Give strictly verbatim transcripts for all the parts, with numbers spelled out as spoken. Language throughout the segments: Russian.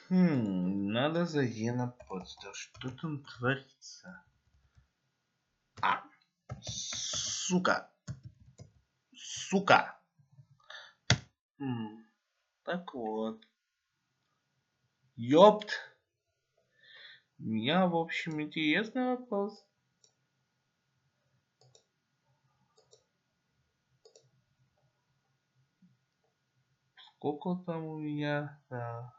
Хм, надо зайти на подстер. Что там творится? А, сука. Сука. Хм, так вот. Ёпт. У меня, в общем, интересный вопрос. Сколько там у меня? Да.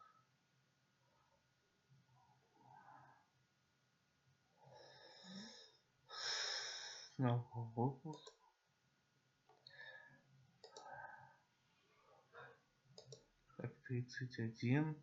Новый выпуск. Так, тридцать один.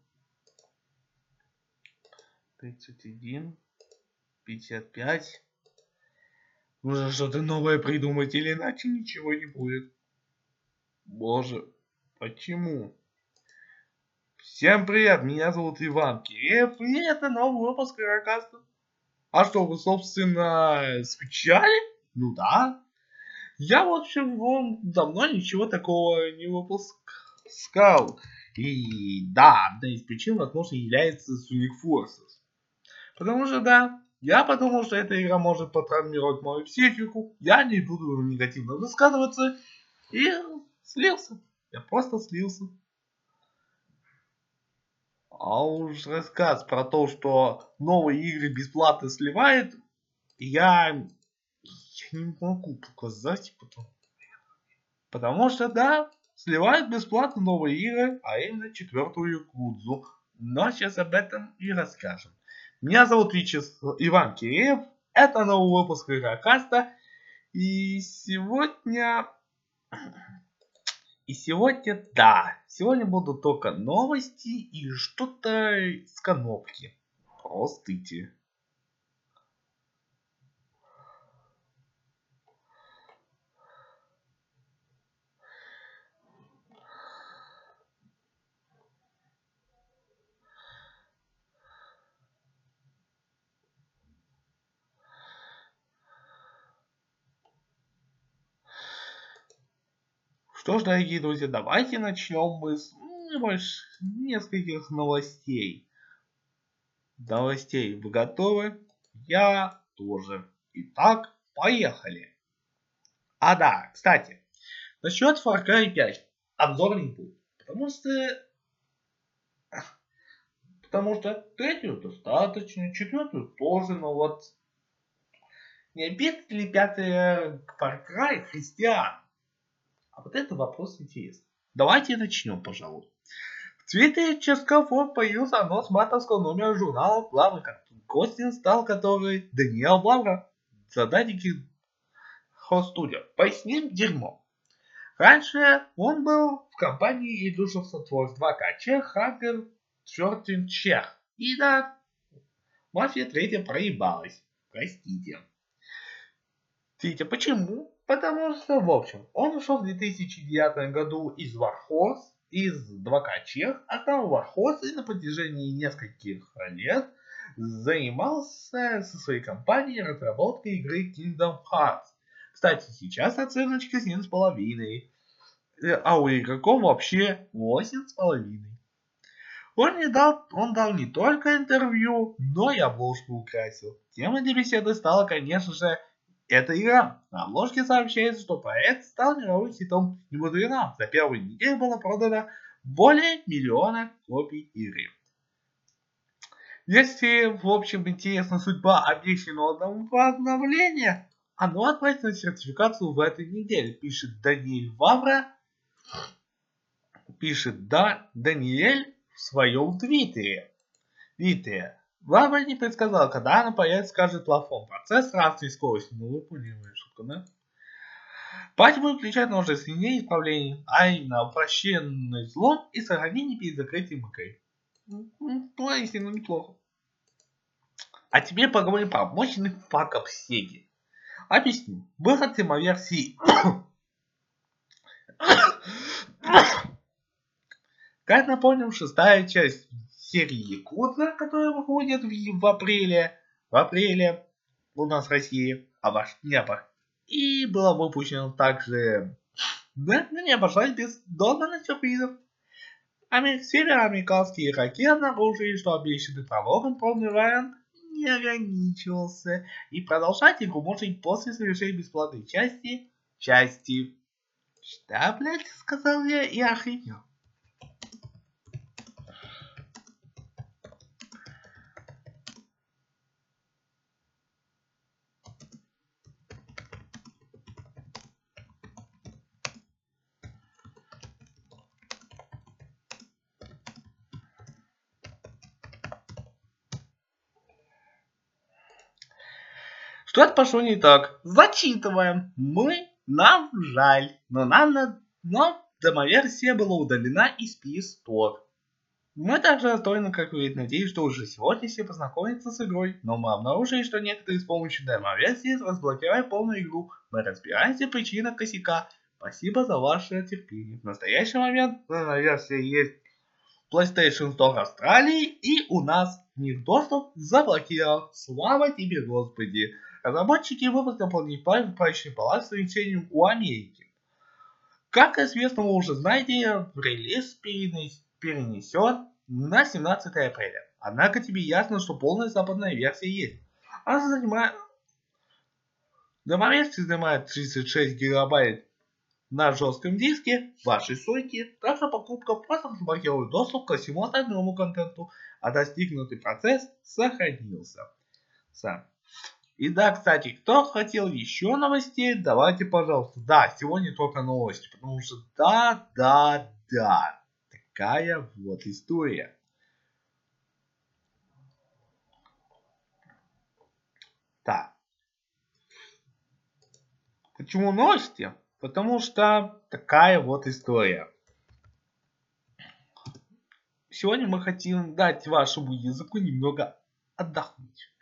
тридцать один. пятьдесят пять. Нужно что-то новое придумать, или иначе ничего не будет. Боже, почему? Всем привет, меня зовут Иван Киреев, и это новый выпуск Ирокаста. А что, вы, собственно, скучали? Ну да. Я, в общем, вон давно ничего такого не выпускал. И да, одна из причин, возможно, является Sonic Forces. Потому что, да, я подумал, что эта игра может потравмировать мою психику. Я не буду негативно высказываться. И слился. Я просто слился. А уж рассказ про то, что новые игры бесплатно сливают, я, я не могу показать, потому, потому что, да, сливают бесплатно новые игры, а именно четвертую Якудзу. Но сейчас об этом и расскажем. Меня зовут Вячеслав Иван Киреев, это новый выпуск Игрокаста, и сегодня... И сегодня, да, сегодня будут только новости и что-то с конопки. Простите. Что ж, дорогие друзья, давайте начнем мы с небольш... нескольких новостей. Новостей вы готовы? Я тоже. Итак, поехали. А да, кстати, насчет Far Cry пять. Обзор не будет. Потому что... Потому что третью достаточно, четвертую тоже, но вот... Не обидит ли пятая Far Cry христиан? А вот это вопрос интересный. Давайте начнем, пожалуй. В твиттере Ческофор появился анонс мартовского номера журнала Блавра. Гостем стал который Даниэл Блавра, задатчик Хостудио. Поясним дерьмо. Раньше он был в компании Illusion Softworks два ка Чех, Хагер, Чертин Чех. И да, Мафия третья проебалась. Простите. Видите, почему? Потому что, в общем, он ушел в две тысячи девятом году из Warhorse, из два ка Чех, основал Warhorse и на протяжении нескольких лет занимался со своей компанией разработкой игры Kingdom Hearts. Кстати, сейчас оценочка семь с половиной, а у игроков вообще восемь с половиной. Он, не дал, он дал не только интервью, но и обложку украсил. Темой для беседы стала, конечно же, эта игра. На обложке сообщается, что проект стал мировым хитом. Не мудрено, за первую неделю было продано более миллиона копий игры. Если, в общем, интересна судьба обещанного обновления, оно отправится на сертификацию в этой неделе, пишет Даниэль Вавра. Пишет да, Даниэль в своем твиттере. Твиттере. Вавра не предсказал, когда она появится каждый платформ. Процесс разной скорости. Ну, вы поняли мою шутку, да? Патч будет включать множество не исправлений, а именно упрощенный взлом и сохранение перед закрытием игры. Ну, поистину неплохо. А теперь поговорим про мощных факов Сеги. Объясню. Выход демоверсии. Как напомним, шестая часть серии Якудза, которая выходит в, в апреле, в апреле у нас в России, а ваш небо. И была выпущена также, да, на не обошлась без долбанных сюрпризов. Североамериканские игроки обнаружили, что обещанный прологом полный вариант не ограничивался, и продолжать игру можно и после завершения бесплатной части части. Что, блядь, сказал я и охренел. Что-то пошло не так. Зачитываем. Мы, нам жаль, но нам на... но демоверсия была удалена из пи эс Store. Мы также достойны, как вы надеюсь, что уже сегодня все познакомятся с игрой, но мы обнаружили, что некоторые с помощью демо-версии разблокировали полную игру. Мы разбираемся в причинах косяка. Спасибо за ваше терпение. В настоящий момент демо-версия есть в PlayStation Store Австралии, и у нас в них доступ заблокирован. Слава тебе, Господи. Разработчики выпустили дополнительный баланс с ограничением у Америки. Как известно, вы уже знаете, релиз перенесен на семнадцатое апреля. Однако тебе ясно, что полная западная версия есть. Она занимает... Демоверсия занимает тридцать шесть гигабайт на жестком диске вашей сойки. Также покупка просто заблокирует доступ ко всему остальному контенту, а достигнутый процесс сохранился. Сам. И да, кстати, кто хотел еще новостей, давайте, пожалуйста. Да, сегодня только новости, потому что да, да, да. Такая вот история. Так. Почему новости? Потому что такая вот история. Сегодня мы хотим дать вашему языку немного отдохнуть.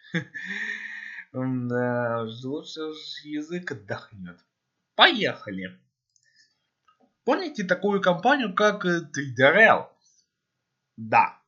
Лучше язык отдохнет. Поехали. Помните такую компанию, как три дэ Realms? Да.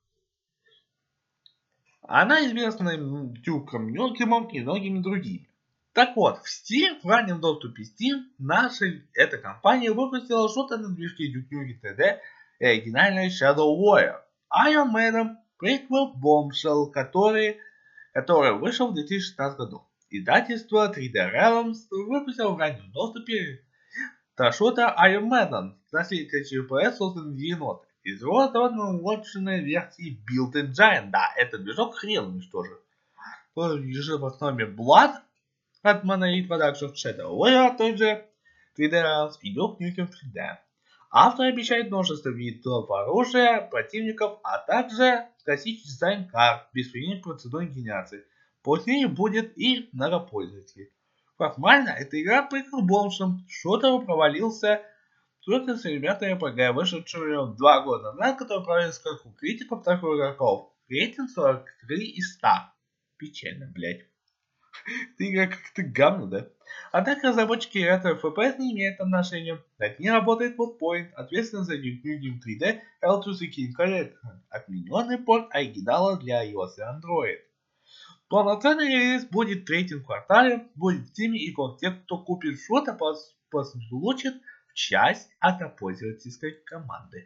Она известна Дюком Нюкемом и многими другими. Так вот, в Steam, в раннем доступе Steam, наша эта компания выпустила что-то на движке Duke Nukem три дэ и оригинальный Shadow Warrior, Iron Man, Prequel Bombshell, который, который вышел в две тысячи шестнадцатом году. Издательство три дэ Realms выпустило в раннем доступе шутер Iron Man, наследие джи пи эс, созданный в девяностых. Изработана улучшенная версия Build Engine. Да, этот движок хрен уничтожит. Лежит в основе Blood от Monolith Productions, Shadow Warrior, а также три дэ Realms и Duke Nukem три дэ. Автор обещает множество видов оружия, противников, а также классический дизайн карт без применения процедуры генерации. Позднее будет и многопользователей. Формально, эта игра прикрыл бомжем, шутер провалился. Только с ребятами эр пи джи, вышедшими два года назад, который провалился как у критиков, так и у игроков. Рейтинг сорок три из ста. Печально, блять. Ты игра как-то говно, да? Однако разработчики ретро эф пи эс не имеют отношения. Над ней работает Woodpoint, ответственный за Duke Nukem три дэ, эл два King Collection, отмененный порт оригинала для iOS и Android. Полноценный релиз будет в третьем квартале, будет в Steam, и те, кто купит что-то, получит часть от пользовательской команды.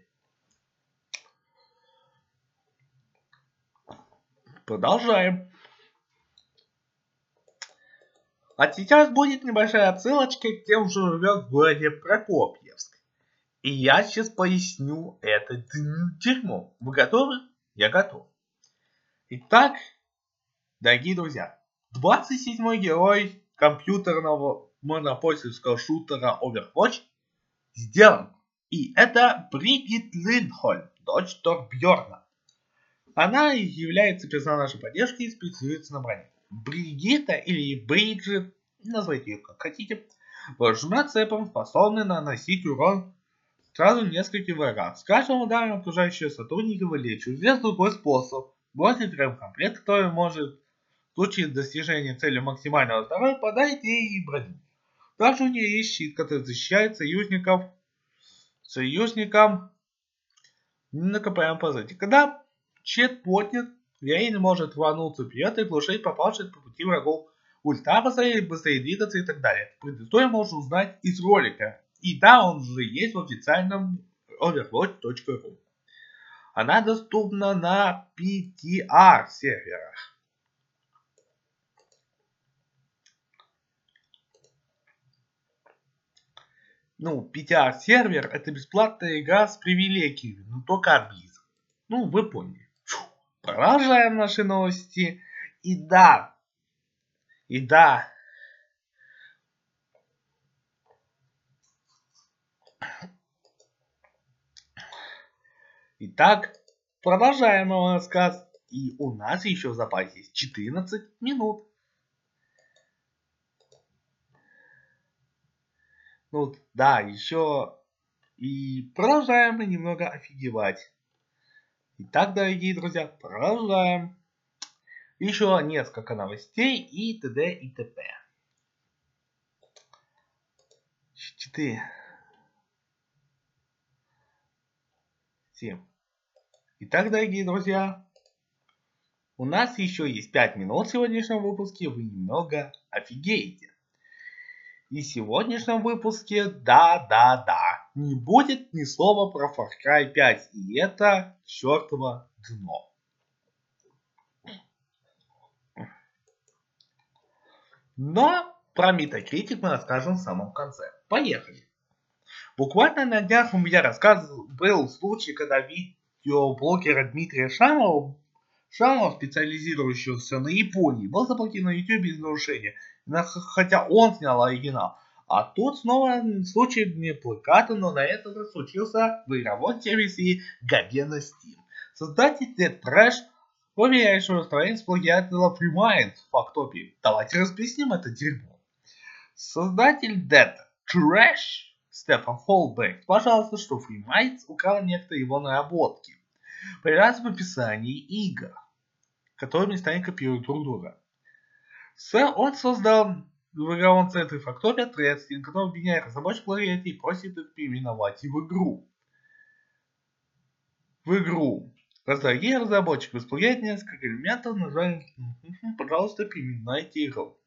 Продолжаем. А сейчас будет небольшая отсылочка к тем, что живет в городе Прокопьевск. И я сейчас поясню это дерьмо. Вы готовы? Я готов. Итак, дорогие друзья, двадцать седьмой герой компьютерного монопольского шутера Overwatch сделан. И это Бригит Линдхольм, дочь Торбьорна. Она является персонажем поддержки и специализируется на броне. Бригита или Бриджит, называйте ее как хотите, вооружена цепом, способна наносить урон сразу нескольким врагам. С каждым ударом окружающие сотрудники вылечивают. Здесь другой способ. Будет комплект, который может в случае достижения цели максимального здоровья подать ей и броню. Также у нее есть щит, который защищает союзников союзникам на КПМ позади. Когда щит поднят, Рейн может рвануться вперед и глушить попавших по пути врагов. Ульта быстрее, быстрее двигаться и так далее. Предысторию можно узнать из ролика. И да, он уже есть в официальном overwatch точка ру. Она доступна на пи ти ар серверах. Ну, пи ти ар сервер — это бесплатная игра с привилегиями, но только от Blizzard. Ну, вы поняли. Фу. Продолжаем наши новости. И да, и да, итак, продолжаем мой рассказ. И у нас еще в запасе есть четырнадцать минут. Ну, да, еще и продолжаем мы немного офигевать. Итак, дорогие друзья, продолжаем. Еще несколько новостей и т.д. и т.п. четыре. семь. Итак, дорогие друзья, у нас еще есть пять минут в сегодняшнем выпуске. Вы немного офигеете. И в сегодняшнем выпуске, да-да-да, не будет ни слова про Far Cry пять. И это чертово дно. Но про Metacritic мы расскажем в самом конце. Поехали. Буквально на днях у меня рассказ был случай, когда видеоблогера Дмитрия Шамова, Шамова, специализирующегося на Японии, был заблокирован на YouTube без нарушения, хотя он снял оригинал. А тут снова случай не плаката, но на этот раз случился в игровом сервисе Gabe на Steam. Создатель Dead Trash уверяет, что настроение сплагиатила FreeMind в Фактопе. Давайте распресним это дерьмо. Создатель Dead Trash Стефан Холбек пожалуйста, что FreeMind украл некоторые его наработки при разном описании игр, которые местами копируют друг друга. Он создал в игровом центре Фактопе ответственный, который обвиняет разработчиков в плагиате и просит их переименовать в игру. В игру. Дорогие разработчики, вы сплагиаете несколько элементов, названием, пожалуйста, переименуйте игру.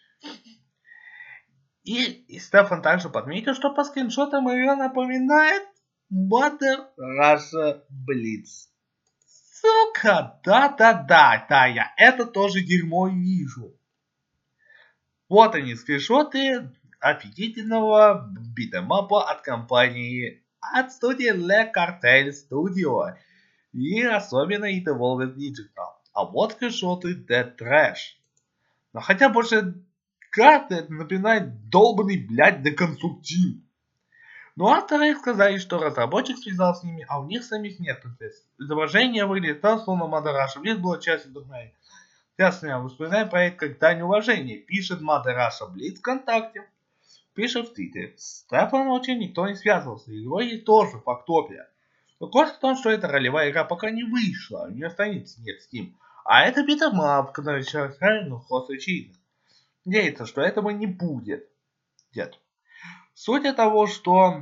И, и Стефан также подметил, что по скриншотам игра напоминает Mother Russia Blitz. Сука, да-да-да, да, я это тоже дерьмо вижу. Вот они, скриншоты офигительного битэмапа от компании, от студии Le Cartel Studio. И особенно и Devolver Digital. А вот скриншоты Dead Trash. Но хотя больше карты это напоминает долбанный, блядь, деконструктив. Но авторы сказали, что разработчик связался с ними, а у них самих нет контекста. Изображение выглядит так, словно Mother Russia Blitz была частью другой. Ясно, воспринимаем проект как дань уважения. Пишет Mother Russia Blitz ВКонтакте. Пишет в Твиттере. Стефан очень никто не связывался. Его есть тоже Фактопия. Вопрос в том, что эта ролевая игра пока не вышла. У нее останется нет Steam. А это битэмап, который сейчас реально хост очевидно. Надеется, что этого не будет. Нет. Суть того, что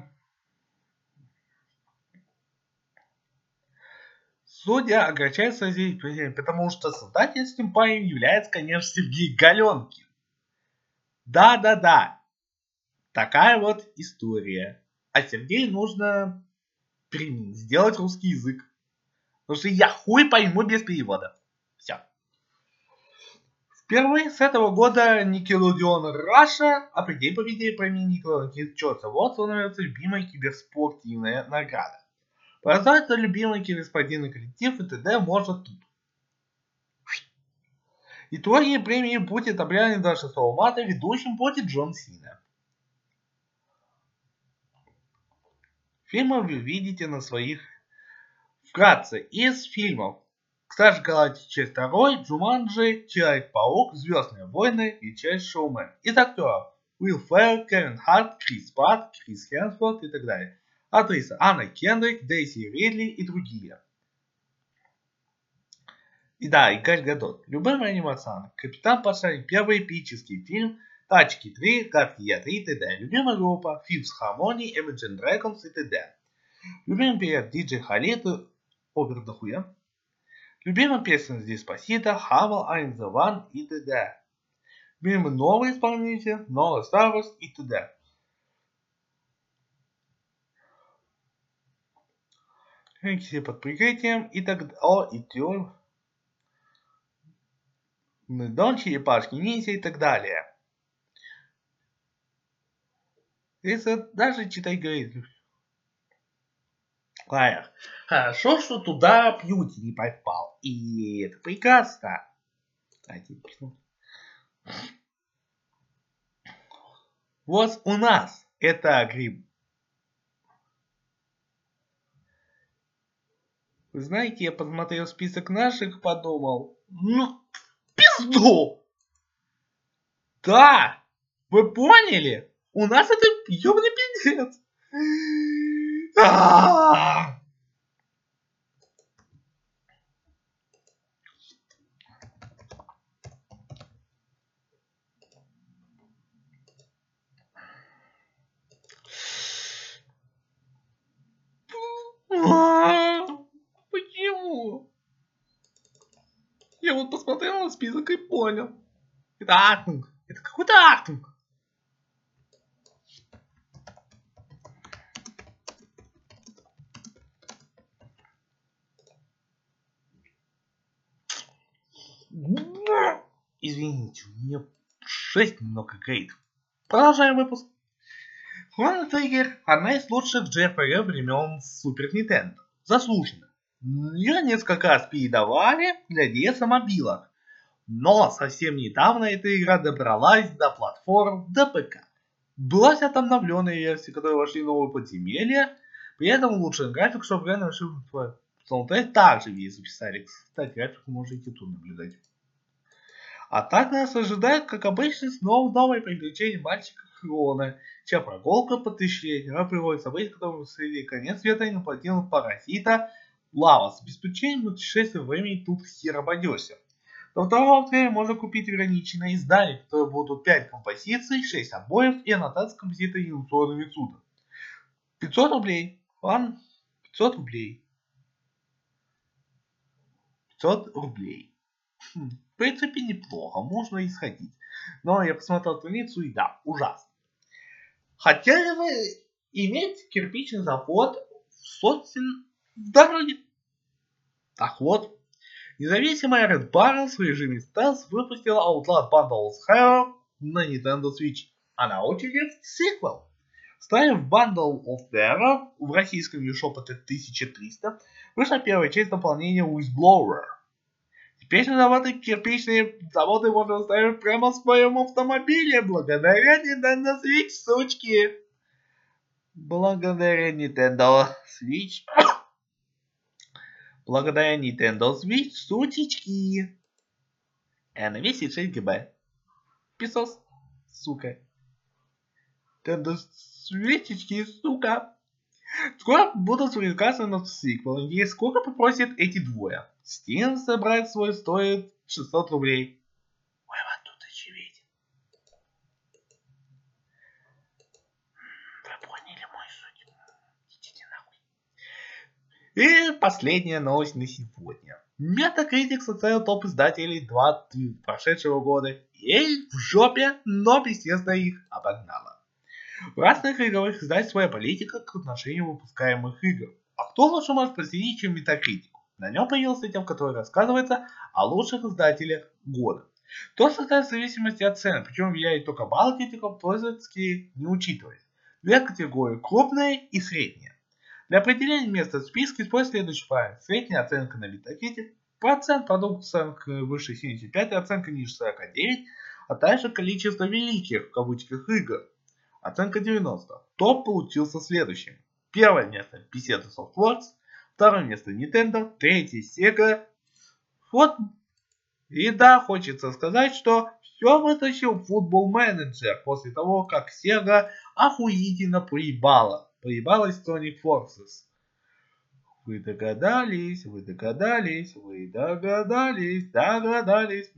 судья огорчается здесь, потому что создателем Steam является, конечно, Сергей Галенкин. Да-да-да. Такая вот история. А Сергею нужно сделать русский язык. Потому что я хуй пойму без перевода. Все. Впервые с этого года Nickelodeon Russia, а по идее, по идее, про Nickelodeon Kids вот становится любимой киберспортивная награда. Раздать за любимый киберспортивный коллектив и т.д. может тут. Итоги премии будет объявлены до шестого марта, ведущим будет Джон Сина. Фильмы вы видите на своих. Вкратце, из фильмов Страж Галактики часть два, Джуманджи, Человек-паук, Звездные войны и часть Шоумен. Из актеров Уилл Феррелл, Кевин Харт, Крис Пратт, Крис Хемсворт и так далее. Актриса Анна Кендрик, Дейзи Ридли и другие. И да, и Галь Гадот. Любимый анимационный. Капитан Пассажир, первый эпический фильм, Тачки три, Гадкий я три и т.д. Любимая группа Fifth Harmony, Imagine Dragons и т.д. Любимый певец Диджей Халид, Овер дохуя. Любимая песня здесь Спасибо, Хамал, I'm the One и т.д. Любимый новый исполнитель, Нола Старос и т.д. под прикрытием и так далее. О, и тём. Дон, черепашки, ниндзя и так далее. Это даже читай говорит. Хорошо, что туда Пьюти не попал. И это прекрасно. Вот у нас это гриб. Вы знаете, я посмотрел список наших, подумал. Ну, пизду! Да! Вы поняли? У нас это ёбаный пиздец. А-а-а! Почему? Я вот посмотрел на список и понял. Это Ахтунг. Это какой-то Ахтунг. Извините, у меня шесть много грейд. Продолжаем выпуск. Chrono Trigger – одна из лучших джей ар пи джи времен Super Nintendo. Заслуженно. Ее несколько раз передавали для ди эс и мобилок. Но совсем недавно эта игра добралась до платформ до ПК. Была вся обновленная версия, которые вошли в новые подземелья. При этом улучшен график, чтобы реально саундтрек также везде записали. Кстати, график можете тут наблюдать. А так нас ожидает, как обычно, снова новые приключения мальчика Хрона, чья прогулка по тысячелетию приводит события, которые среди конец света инопланетного паразита Лава с обеспечением путешествия во времени тут хер обойдешься. До второго апреля можно купить ограниченное издание, в котором будут пять композиций, шесть обоев и аннотация композита Юнсона Мицуда. пятьсот рублей. Ладно, пятьсот рублей. пятьсот рублей. Хм, в принципе, неплохо, можно и сходить. Но я посмотрел страницу и да, ужасно. Хотели вы иметь кирпичный завод в сотен в дороге? Так вот, независимая Red Barrel в режиме стелс выпустила Outlast Bundle of Horror на Nintendo Switch, а на очереди сиквел. Вставив Bundle of Terror, в российском eShop это тысяча триста, вышла первая часть дополнения Whistleblower. Теперь на заводы кирпичные заводы можно ставить прямо в своем автомобиле, благодаря Nintendo Switch, сучки. Благодаря Nintendo Switch. Благодаря Nintendo Switch, сучечки. И она весит шесть гигабайт. Писос, сука. Nintendo Switchечки, сука. Скоро будут выпускаться на сиквел. И сколько попросят эти двое? Steam собрать свой стоит шестьсот рублей. Ой, вот тут очевидно. Вы поняли мой суть? Идите нахуй. И последняя новость на сегодня. Metacritic составил топ издателей два прошедшего года. Ей в жопе, но естественно их обогнала. В разных игровых издательств своя политика к отношению выпускаемых игр. А кто лучше может проследить, чем Metacritic? На нем появилась статья, в которой рассказывается о лучших издателях года. То состоит в зависимости от цены, причем влияет только балл критиков, пользовательские не учитываясь. Две категории: крупные и средние. Для определения места в списке используют следующий правило. Средняя оценка на Metacritic, процент продукта с оценкой выше семьдесят пять, оценка ниже сорок девять, а также количество великих в кавычках игр. Оценка девяносто. Топ получился следующим. Первое место Bethesda Softworks, второе место Nintendo, третье Sega. Вот. И да, хочется сказать, что все вытащил Football Manager после того, как Sega охуительно проебала. Проебалась Sonic Forces. Вы догадались, вы догадались, вы догадались, догадались.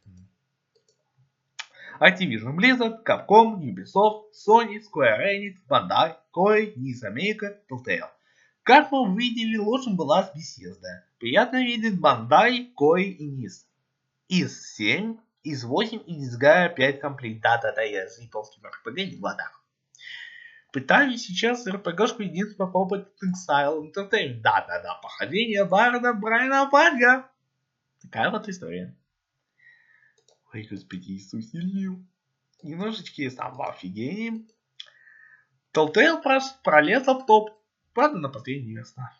Activision Blizzard, Capcom, Ubisoft, Sony, Square Enix, Bandai, Koei, Nice America, Telltale. Как мы видели, лучшим была Bethesda. Приятно видеть Bandai, Koei и Nice. Из семь, из восемь и из Гая пять комплект. Да-да-да, я с японским распределением в глазах. Пытаюсь сейчас эр пэ гэшку единственно попробовать Exile Entertainment. Да-да-да, похождение Барда Брайана Фанга. Такая вот история. Ой, господи, Иисус Илью. Немножечко я сам в офигении. Telltale пролезла в топ. Правда, на последнее место.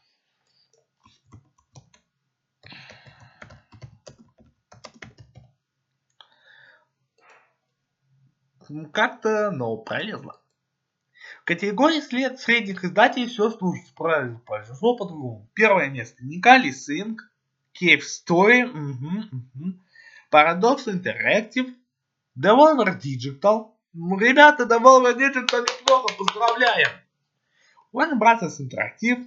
Как-то, но пролезла. В категории след средних издателей все произошло по-другому. Первое место. Никалис Инк, Cave Story, угу, угу. Paradox Interactive, Devolver Digital. Ребята, Devolver Digital неплохо, поздравляем. Warner Bros. Interactive.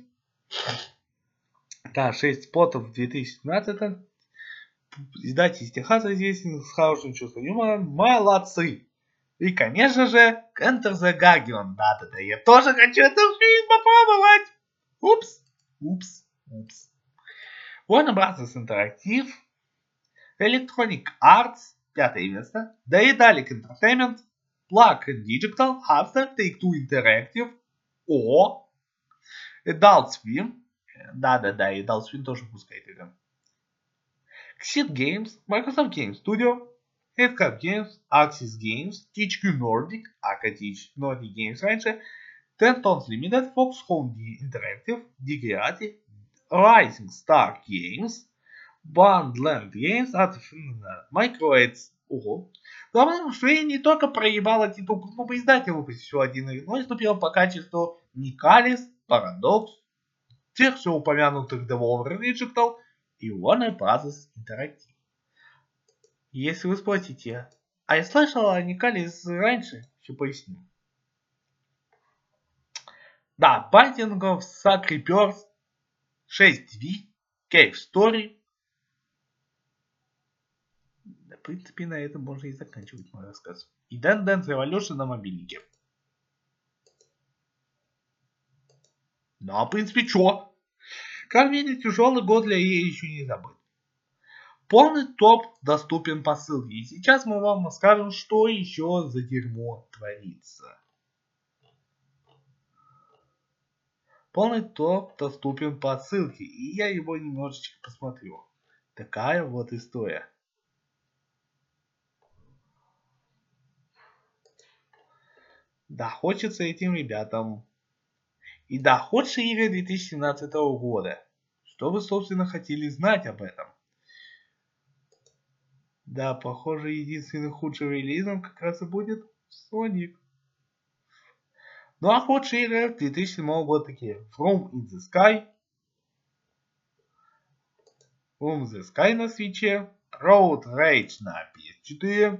Да, шесть спотов в две тысячи семнадцатом. Издатель из Техаса известен с хорошим чувством юмора. Молодцы. И, конечно же, Enter the Gungeon. Да-да-да, я тоже хочу этот фильм попробовать. Упс, упс, упс. Warner Bros. Interactive. Electronic Arts. Пятое место. Daedalic Entertainment. Plug Digital. After. Take-Two Interactive. О. Adult Swim. Да-да-да, Adult Swim тоже пускает игры. Xit Games. Microsoft Game Studio. Headcap Games, Axis Games, ти эйч кью Nordic, ака ти эйч Nordic Games раньше, Ten Tons Limited, Fox Home Interactive, Digiati, Rising Star Games, Bandland Games, Microids. Ого. Главное, что я не только проебала титул крупного издателя, выпустил всего один, но и ступила по качеству Nicalis, Paradox, тех все упомянутых Devolver Digital и Warner Bros. Interactive. Если вы спросите, а я слышал о Никалис раньше, все поясню. Да, Binding of Sacred Earth, шесть ви, Cave Story. Да, в принципе, на этом можно и заканчивать мой рассказ. И Dance Dance Revolution на мобильнике. Ну, а в принципе, чё? Как видите, тяжелый год для ей еще не забыт. Полный топ доступен по ссылке. И сейчас мы вам расскажем, что еще за дерьмо творится. Полный топ доступен по ссылке, и я его немножечко посмотрю. Такая вот история. Да, хочется этим ребятам. И да, худшие игры две тысячи семнадцатого года. Что вы, собственно, хотели знать об этом? Да, похоже, единственным худшим релизом как раз и будет Sonic. Ну а худшие игры две тысячи седьмого года такие. From in the Sky. From the Sky на свитче. Road Rage на пи эс четыре.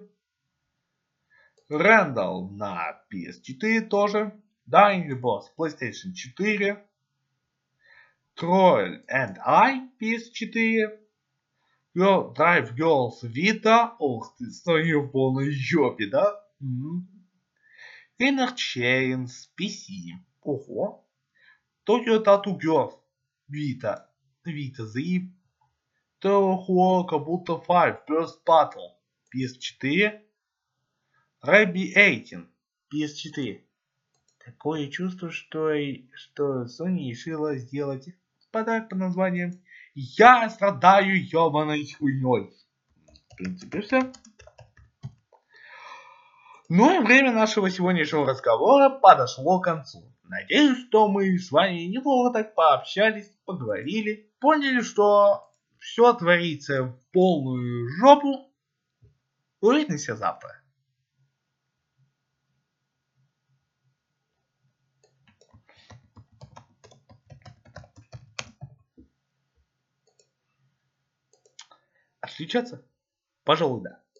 Randall на пи эс четыре тоже. Dying Boss PlayStation четыре. Troll and I пи эс четыре. Girl, Drive Girls Vita. Ох ты, стою в полной жопе, да? Mm-hmm. Inner Chains пи си. Ого. Tokyo Tattoo Girls Vita. Vita Z. Terror как будто пять First Battle пи эс четыре. Rabbi восемнадцать пи эс четыре. Такое чувство, что, что Sony решила сделать подарок под названием «Я страдаю ебаной хуйней». В принципе, все. Ну и время нашего сегодняшнего разговора подошло к концу. Надеюсь, что мы с вами неплохо так пообщались, поговорили, поняли, что все творится в полную жопу. Увидимся завтра. Отличаться? Пожалуй, да.